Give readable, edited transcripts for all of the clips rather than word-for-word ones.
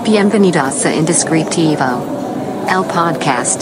Bienvenidos a Indescriptivo, el podcast.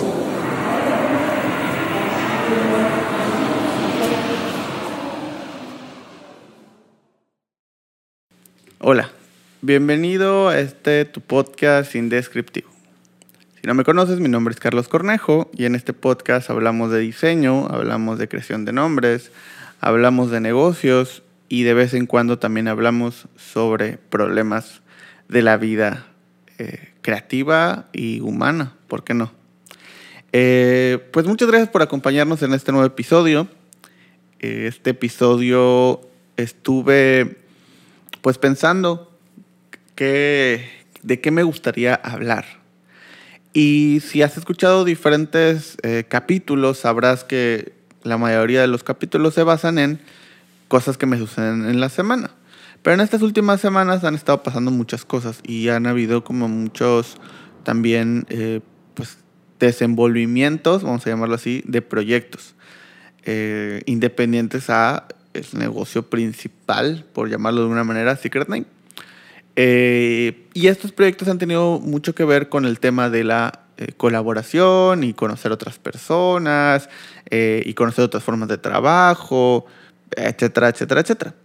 Hola, bienvenido a tu podcast Indescriptivo. Si no me conoces, mi nombre es Carlos Cornejo y en este podcast hablamos de diseño, hablamos de creación de nombres, hablamos de negocios y de vez en cuando también hablamos sobre problemas de la vida creativa y humana, ¿por qué no? Pues muchas gracias por acompañarnos en este nuevo episodio. Este episodio estuve pues pensando de qué me gustaría hablar. Y si has escuchado diferentes capítulos, sabrás que la mayoría de los capítulos se basan en cosas que me suceden en la semana. Pero en estas últimas semanas han estado pasando muchas cosas y han habido como muchos también pues desenvolvimientos, vamos a llamarlo así, de proyectos independientes a el negocio principal, por llamarlo de una manera, Secret Name. Y estos proyectos han tenido mucho que ver con el tema de la colaboración y conocer otras personas y conocer otras formas de trabajo, etcétera, etcétera, etcétera.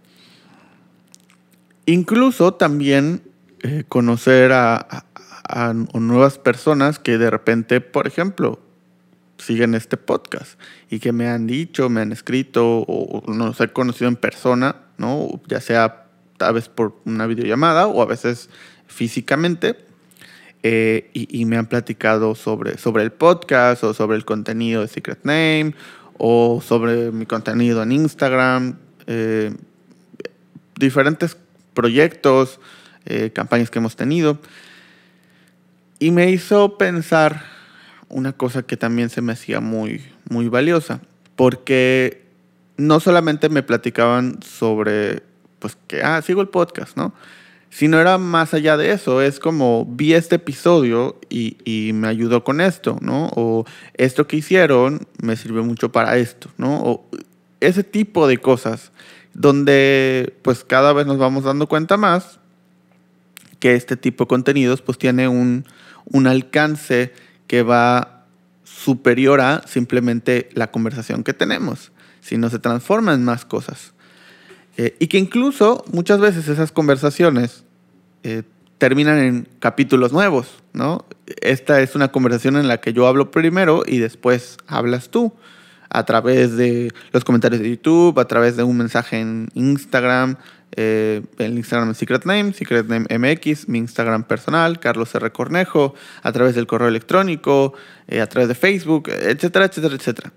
Incluso también conocer a nuevas personas que de repente, por ejemplo, siguen este podcast y que me han dicho, me han escrito o nos he conocido en persona, ¿no? Ya sea tal vez por una videollamada o a veces físicamente, y me han platicado sobre el podcast o sobre el contenido de Secret Name o sobre mi contenido en Instagram, diferentes proyectos, campañas que hemos tenido. Y me hizo pensar una cosa que también se me hacía muy, muy valiosa, porque no solamente me platicaban sobre, pues que, sigo el podcast, ¿no? Sino era más allá de eso, es como vi este episodio y me ayudó con esto, ¿no? O esto que hicieron me sirvió mucho para esto, ¿no? O ese tipo de cosas, donde pues cada vez nos vamos dando cuenta más que este tipo de contenidos pues tiene un alcance que va superior a simplemente la conversación que tenemos, sino se transforma en más cosas. Y que incluso muchas veces esas conversaciones terminan en capítulos nuevos, ¿no? Esta es una conversación en la que yo hablo primero y después hablas tú, a través de los comentarios de YouTube, a través de un mensaje en Instagram, el Instagram de Secret Name MX, mi Instagram personal, Carlos R. Cornejo, a través del correo electrónico, a través de Facebook, etcétera, etcétera, etcétera.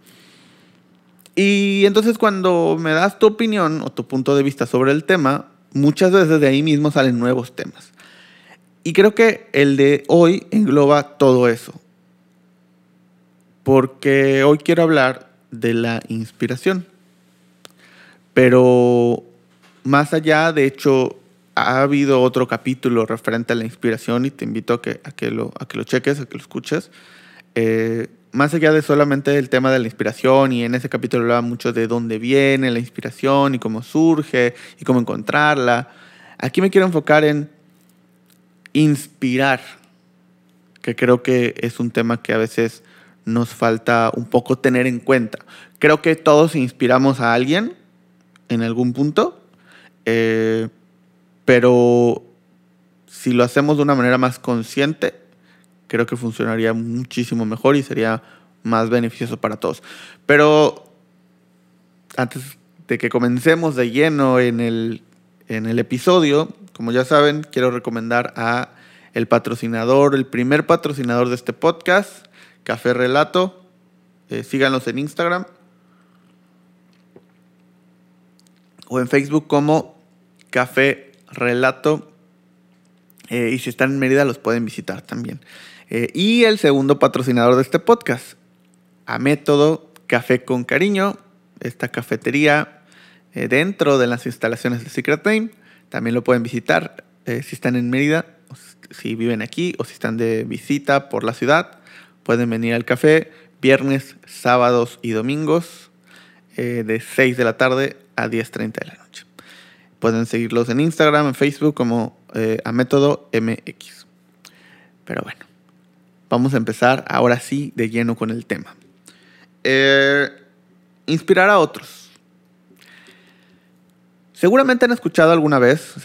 Y entonces cuando me das tu opinión o tu punto de vista sobre el tema, muchas veces de ahí mismo salen nuevos temas. Y creo que el de hoy engloba todo eso. Porque hoy quiero hablar de la inspiración. Pero más allá, de hecho, ha habido otro capítulo referente a la inspiración y te invito a que lo cheques, a que lo escuches. Más allá de solamente el tema de la inspiración, y en ese capítulo hablaba mucho de dónde viene la inspiración y cómo surge y cómo encontrarla. Aquí me quiero enfocar en inspirar, que creo que es un tema que a veces nos falta un poco tener en cuenta. Creo que todos inspiramos a alguien en algún punto, pero si lo hacemos de una manera más consciente, creo que funcionaría muchísimo mejor y sería más beneficioso para todos. Pero antes de que comencemos de lleno en el episodio, como ya saben, quiero recomendar a el primer patrocinador de este podcast, Café Relato. Síganlos en Instagram o en Facebook como Café Relato. Y si están en Mérida los pueden visitar también. Y el segundo patrocinador de este podcast, A Método Café con Cariño, esta cafetería dentro de las instalaciones de Secret Name. También lo pueden visitar si están en Mérida, si viven aquí o si están de visita por la ciudad. Pueden venir al café viernes, sábados y domingos de 6 de la tarde a 10:30 de la noche. Pueden seguirlos en Instagram, en Facebook como A Método MX. Pero bueno, vamos a empezar ahora sí de lleno con el tema. Inspirar a otros. Seguramente has escuchado alguna vez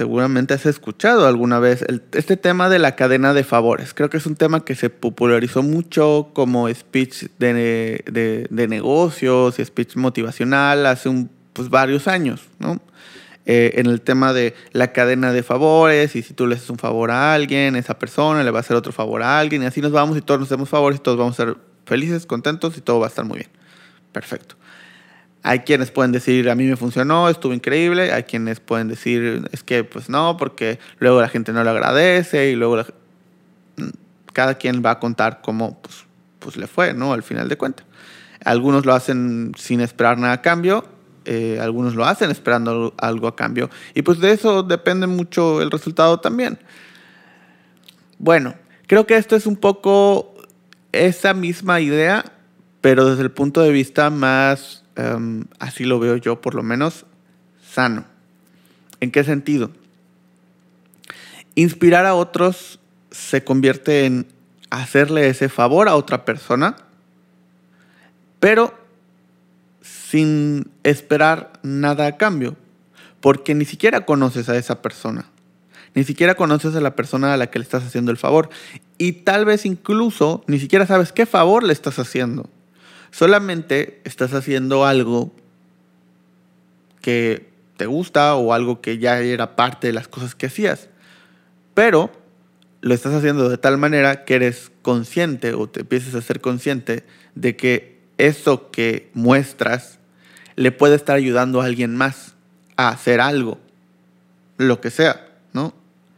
este tema de la cadena de favores. Creo que es un tema que se popularizó mucho como speech de negocios y speech motivacional hace varios años, ¿no? En el tema de la cadena de favores, y si tú le haces un favor a alguien, esa persona le va a hacer otro favor a alguien, y así nos vamos y todos nos hacemos favores y todos vamos a ser felices, contentos y todo va a estar muy bien. Perfecto. Hay quienes pueden decir, a mí me funcionó, estuvo increíble. Hay quienes pueden decir, es que pues no, porque luego la gente no le agradece y luego cada quien va a contar cómo pues le fue, ¿no? Al final de cuentas. Algunos lo hacen sin esperar nada a cambio, algunos lo hacen esperando algo a cambio. Y pues de eso depende mucho el resultado también. Bueno, creo que esto es un poco esa misma idea, pero desde el punto de vista más... así lo veo yo, por lo menos, sano. ¿En qué sentido? Inspirar a otros se convierte en hacerle ese favor a otra persona, pero sin esperar nada a cambio, porque ni siquiera conoces a esa persona, ni siquiera conoces a la persona a la que le estás haciendo el favor, y tal vez incluso ni siquiera sabes qué favor le estás haciendo. Solamente estás haciendo algo que te gusta o algo que ya era parte de las cosas que hacías. Pero lo estás haciendo de tal manera que eres consciente o te empiezas a ser consciente de que eso que muestras le puede estar ayudando a alguien más a hacer algo, lo que sea, ¿no?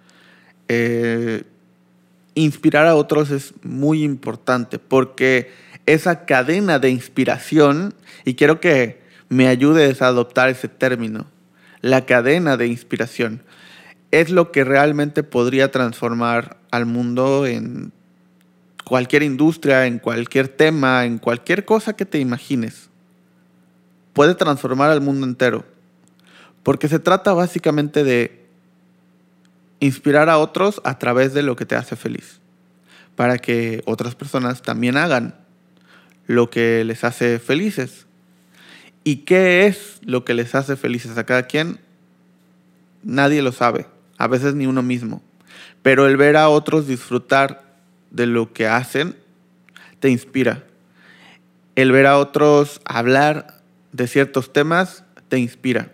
Inspirar a otros es muy importante porque esa cadena de inspiración, y quiero que me ayudes a adoptar ese término, la cadena de inspiración, es lo que realmente podría transformar al mundo en cualquier industria, en cualquier tema, en cualquier cosa que te imagines. Puede transformar al mundo entero, porque se trata básicamente de inspirar a otros a través de lo que te hace feliz, para que otras personas también hagan lo que les hace felices. ¿Y qué es lo que les hace felices a cada quien? Nadie lo sabe, a veces ni uno mismo. Pero el ver a otros disfrutar de lo que hacen te inspira. El ver a otros hablar de ciertos temas te inspira.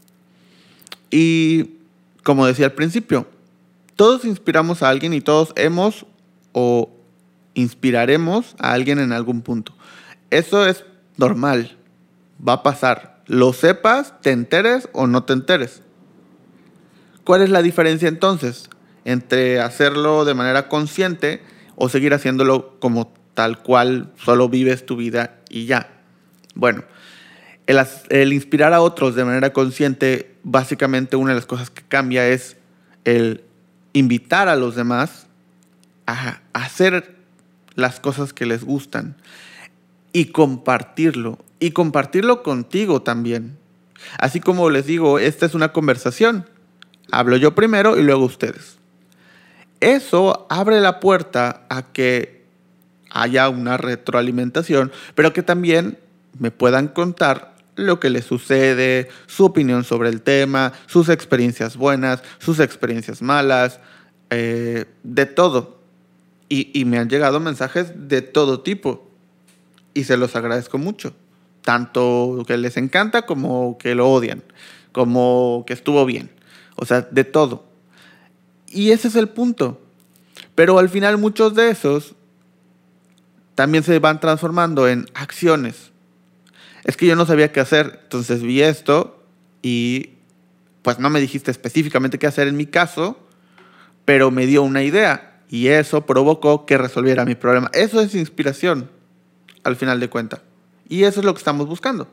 Y como decía al principio, todos inspiramos a alguien y todos hemos o inspiraremos a alguien en algún punto. Eso es normal, va a pasar. Lo sepas, te enteres o no te enteres. ¿Cuál es la diferencia entonces entre hacerlo de manera consciente o seguir haciéndolo como tal cual solo vives tu vida y ya? Bueno, el inspirar a otros de manera consciente, básicamente una de las cosas que cambia es el invitar a los demás a hacer las cosas que les gustan. Y compartirlo contigo también. Así como les digo, esta es una conversación. Hablo yo primero y luego ustedes. Eso abre la puerta a que haya una retroalimentación, pero que también me puedan contar lo que les sucede, su opinión sobre el tema, sus experiencias buenas, sus experiencias malas, de todo. Y me han llegado mensajes de todo tipo. Y se los agradezco mucho. Tanto que les encanta como que lo odian. Como que estuvo bien. O sea, de todo. Y ese es el punto. Pero al final muchos de esos también se van transformando en acciones. Es que yo no sabía qué hacer. Entonces vi esto y pues no me dijiste específicamente qué hacer en mi caso, pero me dio una idea. Y eso provocó que resolviera mi problema. Eso es inspiración. Al final de cuentas. Y eso es lo que estamos buscando.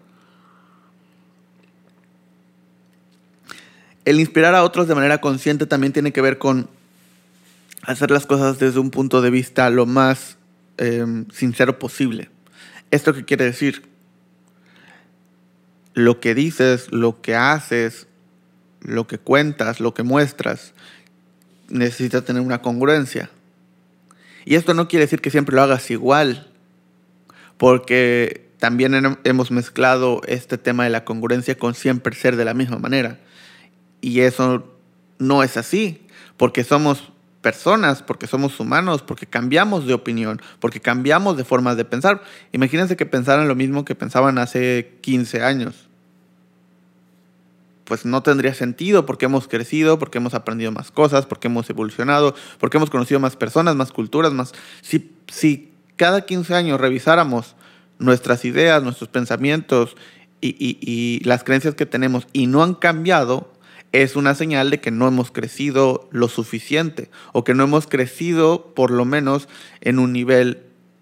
El inspirar a otros de manera consciente también tiene que ver con hacer las cosas desde un punto de vista lo más sincero posible. ¿Esto qué quiere decir? Lo que dices, lo que haces, lo que cuentas, lo que muestras, necesita tener una congruencia. Y esto no quiere decir que siempre lo hagas igual, porque también hemos mezclado este tema de la congruencia con siempre ser de la misma manera. Y eso no es así, porque somos personas, porque somos humanos, porque cambiamos de opinión, porque cambiamos de formas de pensar. Imagínense que pensaran lo mismo que pensaban hace 15 años. Pues no tendría sentido, porque hemos crecido, porque hemos aprendido más cosas, porque hemos evolucionado, porque hemos conocido más personas, más culturas, más... Si cada 15 años revisáramos nuestras ideas, nuestros pensamientos y las creencias que tenemos y no han cambiado, es una señal de que no hemos crecido lo suficiente o que no hemos crecido por lo menos en un nivel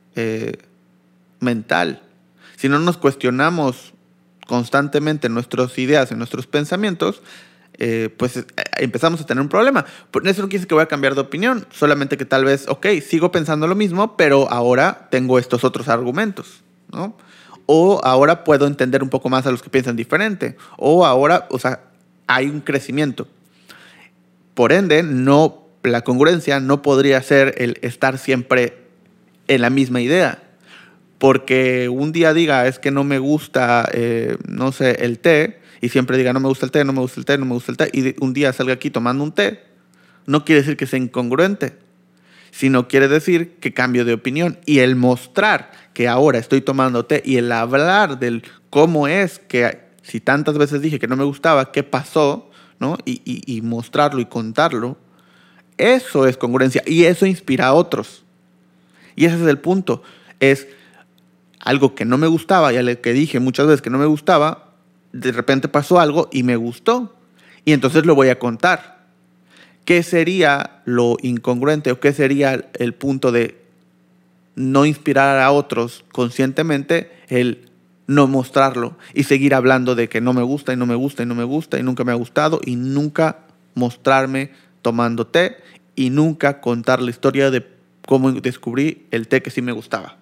mental. Si no nos cuestionamos constantemente nuestras ideas y nuestros pensamientos, pues empezamos a tener un problema. Por eso no quiere decir que voy a cambiar de opinión, solamente que tal vez, ok, sigo pensando lo mismo, pero ahora tengo estos otros argumentos, ¿no? O ahora puedo entender un poco más a los que piensan diferente, o ahora, o sea, hay un crecimiento. Por ende, la congruencia no podría ser el estar siempre en la misma idea. Porque un día diga, es que no me gusta, no sé, el té, y siempre diga, no me gusta el té, no me gusta el té, no me gusta el té, y un día salga aquí tomando un té, no quiere decir que sea incongruente, sino quiere decir que cambio de opinión. Y el mostrar que ahora estoy tomando té y el hablar del cómo es que, si tantas veces dije que no me gustaba, qué pasó, ¿no? Y mostrarlo y contarlo, eso es congruencia y eso inspira a otros. Y ese es el punto, es algo que no me gustaba, ya que dije muchas veces que no me gustaba, de repente pasó algo y me gustó. Y entonces lo voy a contar. ¿Qué sería lo incongruente o qué sería el punto de no inspirar a otros conscientemente? El no mostrarlo y seguir hablando de que no me gusta y no me gusta y no me gusta y nunca me ha gustado y nunca mostrarme tomando té y nunca contar la historia de cómo descubrí el té que sí me gustaba.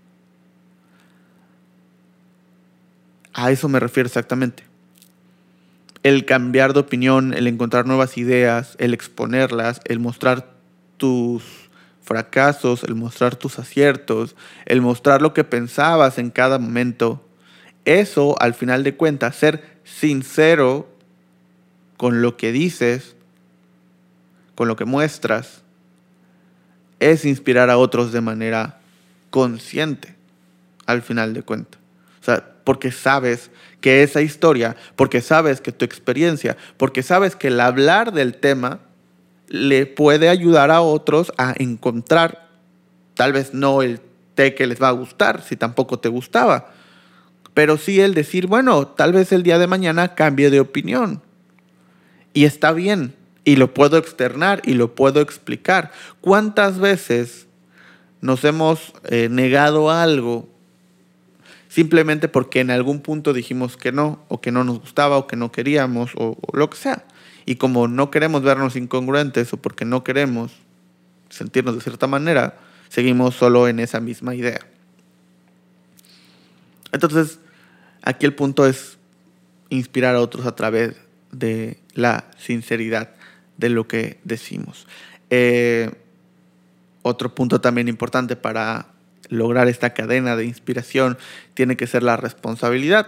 A eso me refiero exactamente. El cambiar de opinión, el encontrar nuevas ideas, el exponerlas, el mostrar tus fracasos, el mostrar tus aciertos, el mostrar lo que pensabas en cada momento. Eso, al final de cuentas, ser sincero con lo que dices, con lo que muestras, es inspirar a otros de manera consciente, al final de cuentas. O sea, porque sabes que esa historia, porque sabes que tu experiencia, porque sabes que el hablar del tema le puede ayudar a otros a encontrar, tal vez no el té que les va a gustar, si tampoco te gustaba, pero sí el decir, bueno, tal vez el día de mañana cambie de opinión. Y está bien, y lo puedo externar y lo puedo explicar. ¿Cuántas veces nos hemos negado algo simplemente porque en algún punto dijimos que no, o que no nos gustaba, o que no queríamos, o lo que sea? Y como no queremos vernos incongruentes, o porque no queremos sentirnos de cierta manera, seguimos solo en esa misma idea. Entonces, aquí el punto es inspirar a otros a través de la sinceridad de lo que decimos. Otro punto también importante para lograr esta cadena de inspiración tiene que ser la responsabilidad.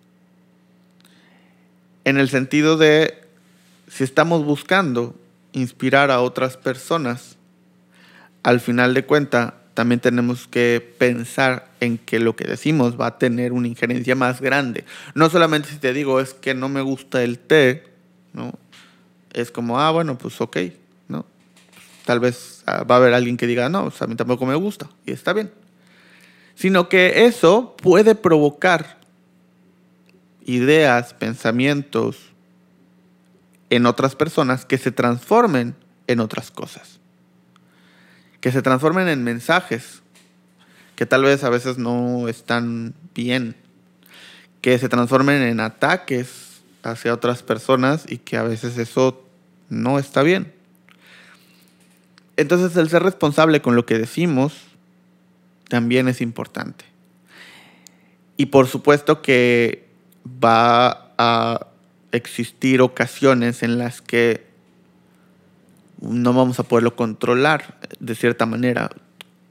En el sentido de, si estamos buscando inspirar a otras personas, al final de cuentas también tenemos que pensar en que lo que decimos va a tener una injerencia más grande. No solamente si te digo es que no me gusta el té, ¿no? Es como, bueno, pues ok, ¿no? Tal vez va a haber alguien que diga, no, pues a mí tampoco me gusta, y está bien. Sino que eso puede provocar ideas, pensamientos en otras personas que se transformen en otras cosas. Que se transformen en mensajes que tal vez a veces no están bien. Que se transformen en ataques hacia otras personas y que a veces eso no está bien. Entonces el ser responsable con lo que decimos también es importante. Y por supuesto que va a existir ocasiones en las que no vamos a poderlo controlar de cierta manera.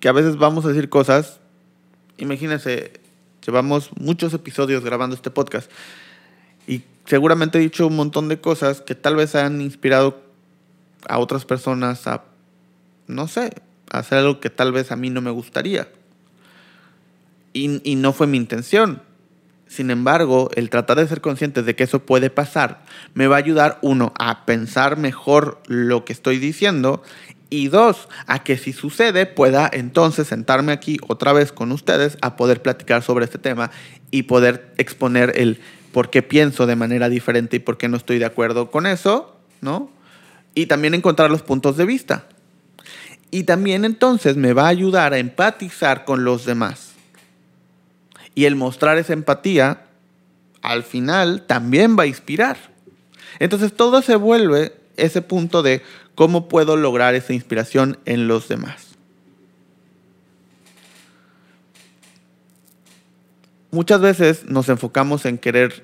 que a veces vamos a decir cosas, imagínense, llevamos muchos episodios grabando este podcast y seguramente he dicho un montón de cosas que tal vez han inspirado a otras personas a, no sé, a hacer algo que tal vez a mí no me gustaría. Y no fue mi intención. Sin embargo, el tratar de ser conscientes de que eso puede pasar me va a ayudar, uno, a pensar mejor lo que estoy diciendo, y dos, a que si sucede pueda entonces sentarme aquí otra vez con ustedes a poder platicar sobre este tema y poder exponer el por qué pienso de manera diferente y por qué no estoy de acuerdo con eso, ¿no? Y también encontrar los puntos de vista. Y también entonces me va a ayudar a empatizar con los demás. Y el mostrar esa empatía, al final, también va a inspirar. Entonces todo se vuelve ese punto de cómo puedo lograr esa inspiración en los demás. Muchas veces nos enfocamos en querer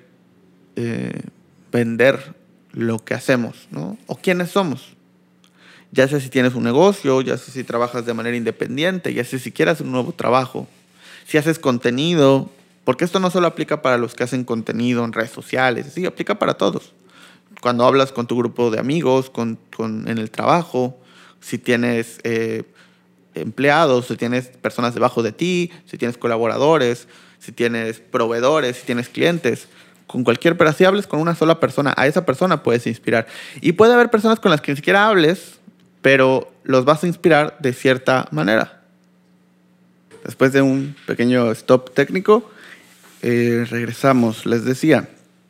vender lo que hacemos, ¿no? O quiénes somos. Ya sea si tienes un negocio, ya sea si trabajas de manera independiente, ya sea si quieres un nuevo trabajo, si haces contenido, porque esto no solo aplica para los que hacen contenido en redes sociales, sí, aplica para todos. Cuando hablas con tu grupo de amigos, en el trabajo, si tienes empleados, si tienes personas debajo de ti, si tienes colaboradores, si tienes proveedores, si tienes clientes, con cualquier persona, si hables con una sola persona, a esa persona puedes inspirar. Y puede haber personas con las que ni siquiera hables, pero los vas a inspirar de cierta manera. Después de un pequeño stop técnico, regresamos. Les decía,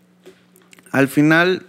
al final,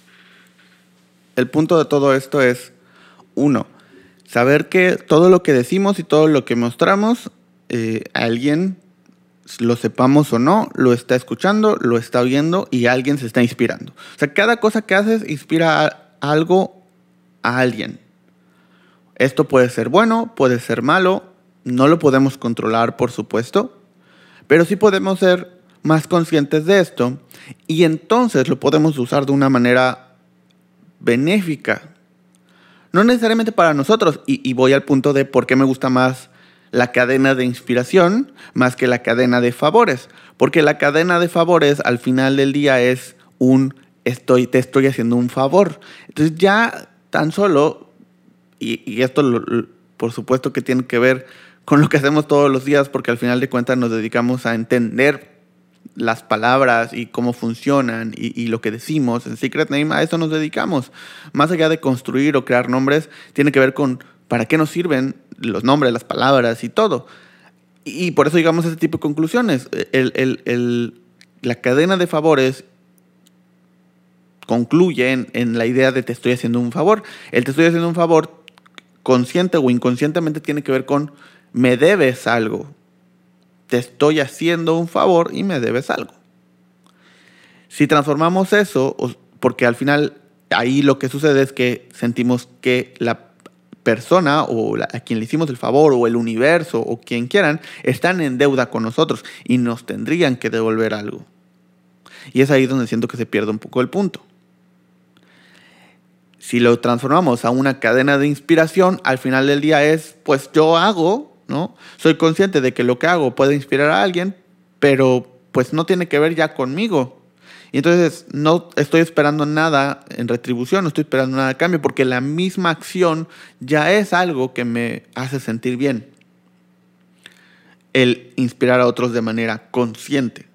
el punto de todo esto es, uno, saber que todo lo que decimos y todo lo que mostramos, alguien, lo sepamos o no, lo está escuchando, lo está viendo y alguien se está inspirando. O sea, cada cosa que haces inspira algo a alguien. Esto puede ser bueno, puede ser malo, no lo podemos controlar, por supuesto, pero sí podemos ser más conscientes de esto y entonces lo podemos usar de una manera benéfica. No necesariamente para nosotros, y voy al punto de por qué me gusta más la cadena de inspiración más que la cadena de favores. Porque la cadena de favores al final del día es te estoy haciendo un favor. Entonces ya tan solo, y esto por supuesto que tiene que ver con lo que hacemos todos los días, porque al final de cuentas nos dedicamos a entender las palabras y cómo funcionan y lo que decimos en Secret Name, a eso nos dedicamos. Más allá de construir o crear nombres, tiene que ver con para qué nos sirven los nombres, las palabras y todo. Y por eso llegamos a ese tipo de conclusiones. La cadena de favores concluye en la idea de te estoy haciendo un favor. El te estoy haciendo un favor, consciente o inconscientemente, tiene que ver con me debes algo. Te estoy haciendo un favor y me debes algo. Si transformamos eso, porque al final ahí lo que sucede es que sentimos que la persona o a quien le hicimos el favor o el universo o quien quieran están en deuda con nosotros y nos tendrían que devolver algo. Y es ahí donde siento que se pierde un poco el punto. Si lo transformamos a una cadena de inspiración, al final del día es, pues yo hago, ¿no? Soy consciente de que lo que hago puede inspirar a alguien, pero pues no tiene que ver ya conmigo. Y entonces no estoy esperando nada en retribución, no estoy esperando nada a cambio, porque la misma acción ya es algo que me hace sentir bien. El inspirar a otros de manera consciente.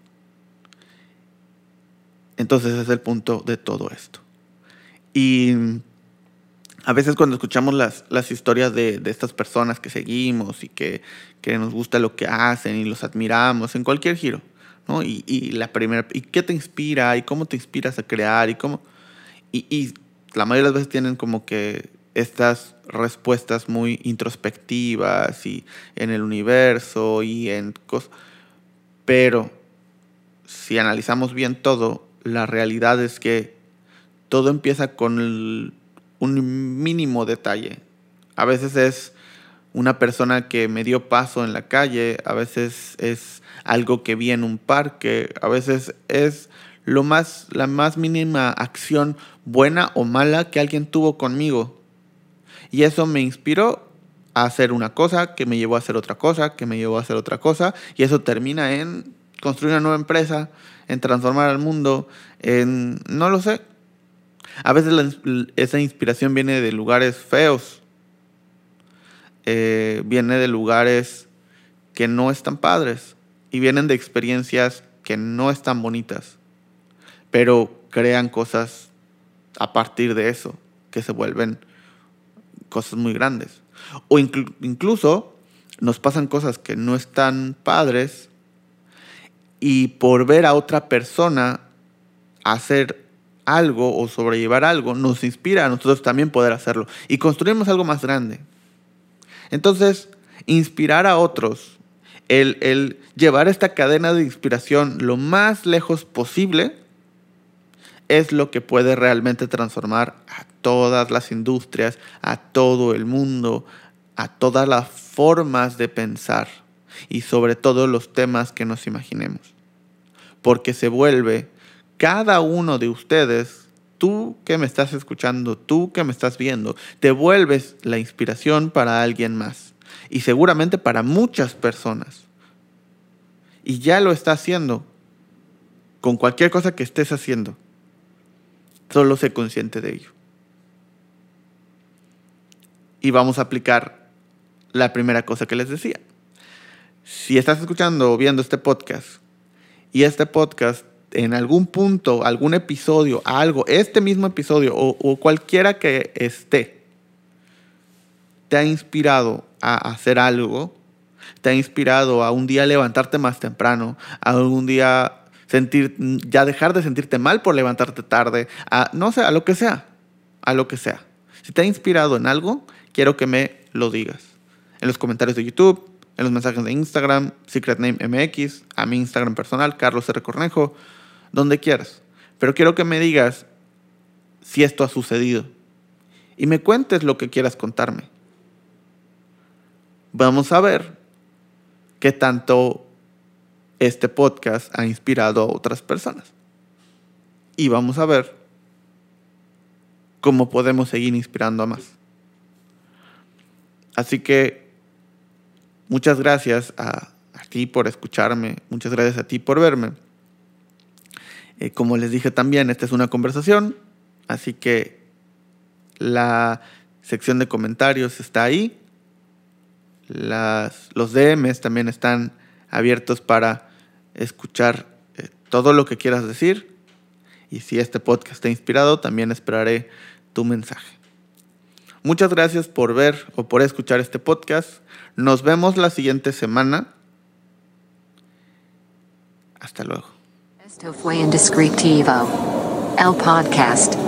Entonces ese es el punto de todo esto. Y a veces cuando escuchamos las historias de estas personas que seguimos y que nos gusta lo que hacen y los admiramos en cualquier giro, ¿no? Y qué te inspira y cómo te inspiras a crear y la mayoría de las veces tienen como que estas respuestas muy introspectivas y en el universo y en cosas, pero si analizamos bien todo, la realidad es que todo empieza con un mínimo detalle. A veces es una persona que me dio paso en la calle, a veces es algo que vi en un parque, a veces es la más mínima acción buena o mala que alguien tuvo conmigo. Y eso me inspiró a hacer una cosa, que me llevó a hacer otra cosa, que me llevó a hacer otra cosa, y eso termina en construir una nueva empresa, en transformar al mundo, en... no lo sé. A veces esa inspiración viene de lugares feos, viene de lugares que no están padres y vienen de experiencias que no están bonitas, pero crean cosas a partir de eso, que se vuelven cosas muy grandes. O incluso nos pasan cosas que no están padres y por ver a otra persona hacer algo o sobrellevar algo, nos inspira a nosotros también poder hacerlo y construimos algo más grande. Entonces, inspirar a otros, el llevar esta cadena de inspiración lo más lejos posible, es lo que puede realmente transformar a todas las industrias, a todo el mundo, a todas las formas de pensar y sobre todo los temas que nos imaginemos. Porque se vuelve cada uno de ustedes, tú que me estás escuchando, tú que me estás viendo, te vuelves la inspiración para alguien más y seguramente para muchas personas. Y ya lo está haciendo con cualquier cosa que estés haciendo. Solo sé consciente de ello. Y vamos a aplicar la primera cosa que les decía. Si estás escuchando o viendo este podcast y este podcast en algún punto, algún episodio, algo, este mismo episodio o cualquiera que esté, te ha inspirado a hacer algo, te ha inspirado a un día levantarte más temprano, a un día ya dejar de sentirte mal por levantarte tarde, a lo que sea, Si te ha inspirado en algo, quiero que me lo digas. En los comentarios de YouTube, en los mensajes de Instagram, Secret Name MX, a mi Instagram personal, Carlos R. Cornejo, donde quieras. Pero quiero que me digas si esto ha sucedido y me cuentes lo que quieras contarme. Vamos a ver qué tanto este podcast ha inspirado a otras personas. Y vamos a ver cómo podemos seguir inspirando a más. Así que muchas gracias a ti por escucharme, muchas gracias a ti por verme. Como les dije también, esta es una conversación, así que la sección de comentarios está ahí. Los DMs también están abiertos para escuchar todo lo que quieras decir. Y si este podcast te ha inspirado, también esperaré tu mensaje. Muchas gracias por ver o por escuchar este podcast. Nos vemos la siguiente semana. Hasta luego. Esto fue Indescriptivo, el podcast.